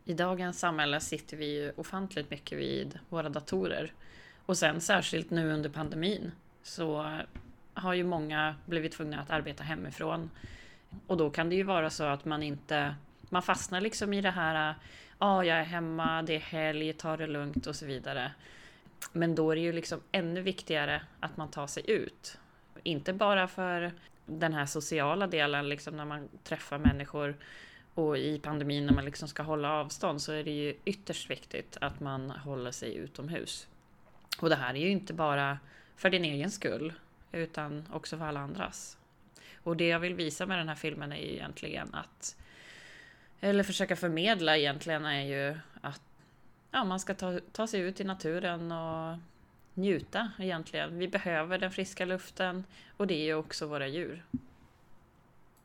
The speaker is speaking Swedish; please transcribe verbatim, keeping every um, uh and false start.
I dagens samhälle sitter vi ju ofantligt mycket vid våra datorer. Och sen särskilt nu under pandemin så har ju många blivit tvungna att arbeta hemifrån. Och då kan det ju vara så att man inte, man fastnar liksom i det här, ja ah, jag är hemma, det är helg, ta det lugnt och så vidare. Men då är det ju liksom ännu viktigare att man tar sig ut. Inte bara för den här sociala delen, liksom när man träffar människor, och i pandemin när man liksom ska hålla avstånd, så är det ju ytterst viktigt att man håller sig utomhus. Och det här är ju inte bara för din egen skull, utan också för alla andras. Och det jag vill visa med den här filmen är ju egentligen att, eller försöka förmedla egentligen, är ju att ja, man ska ta, ta sig ut i naturen och njuta egentligen. Vi behöver den friska luften, och det är ju också våra djur.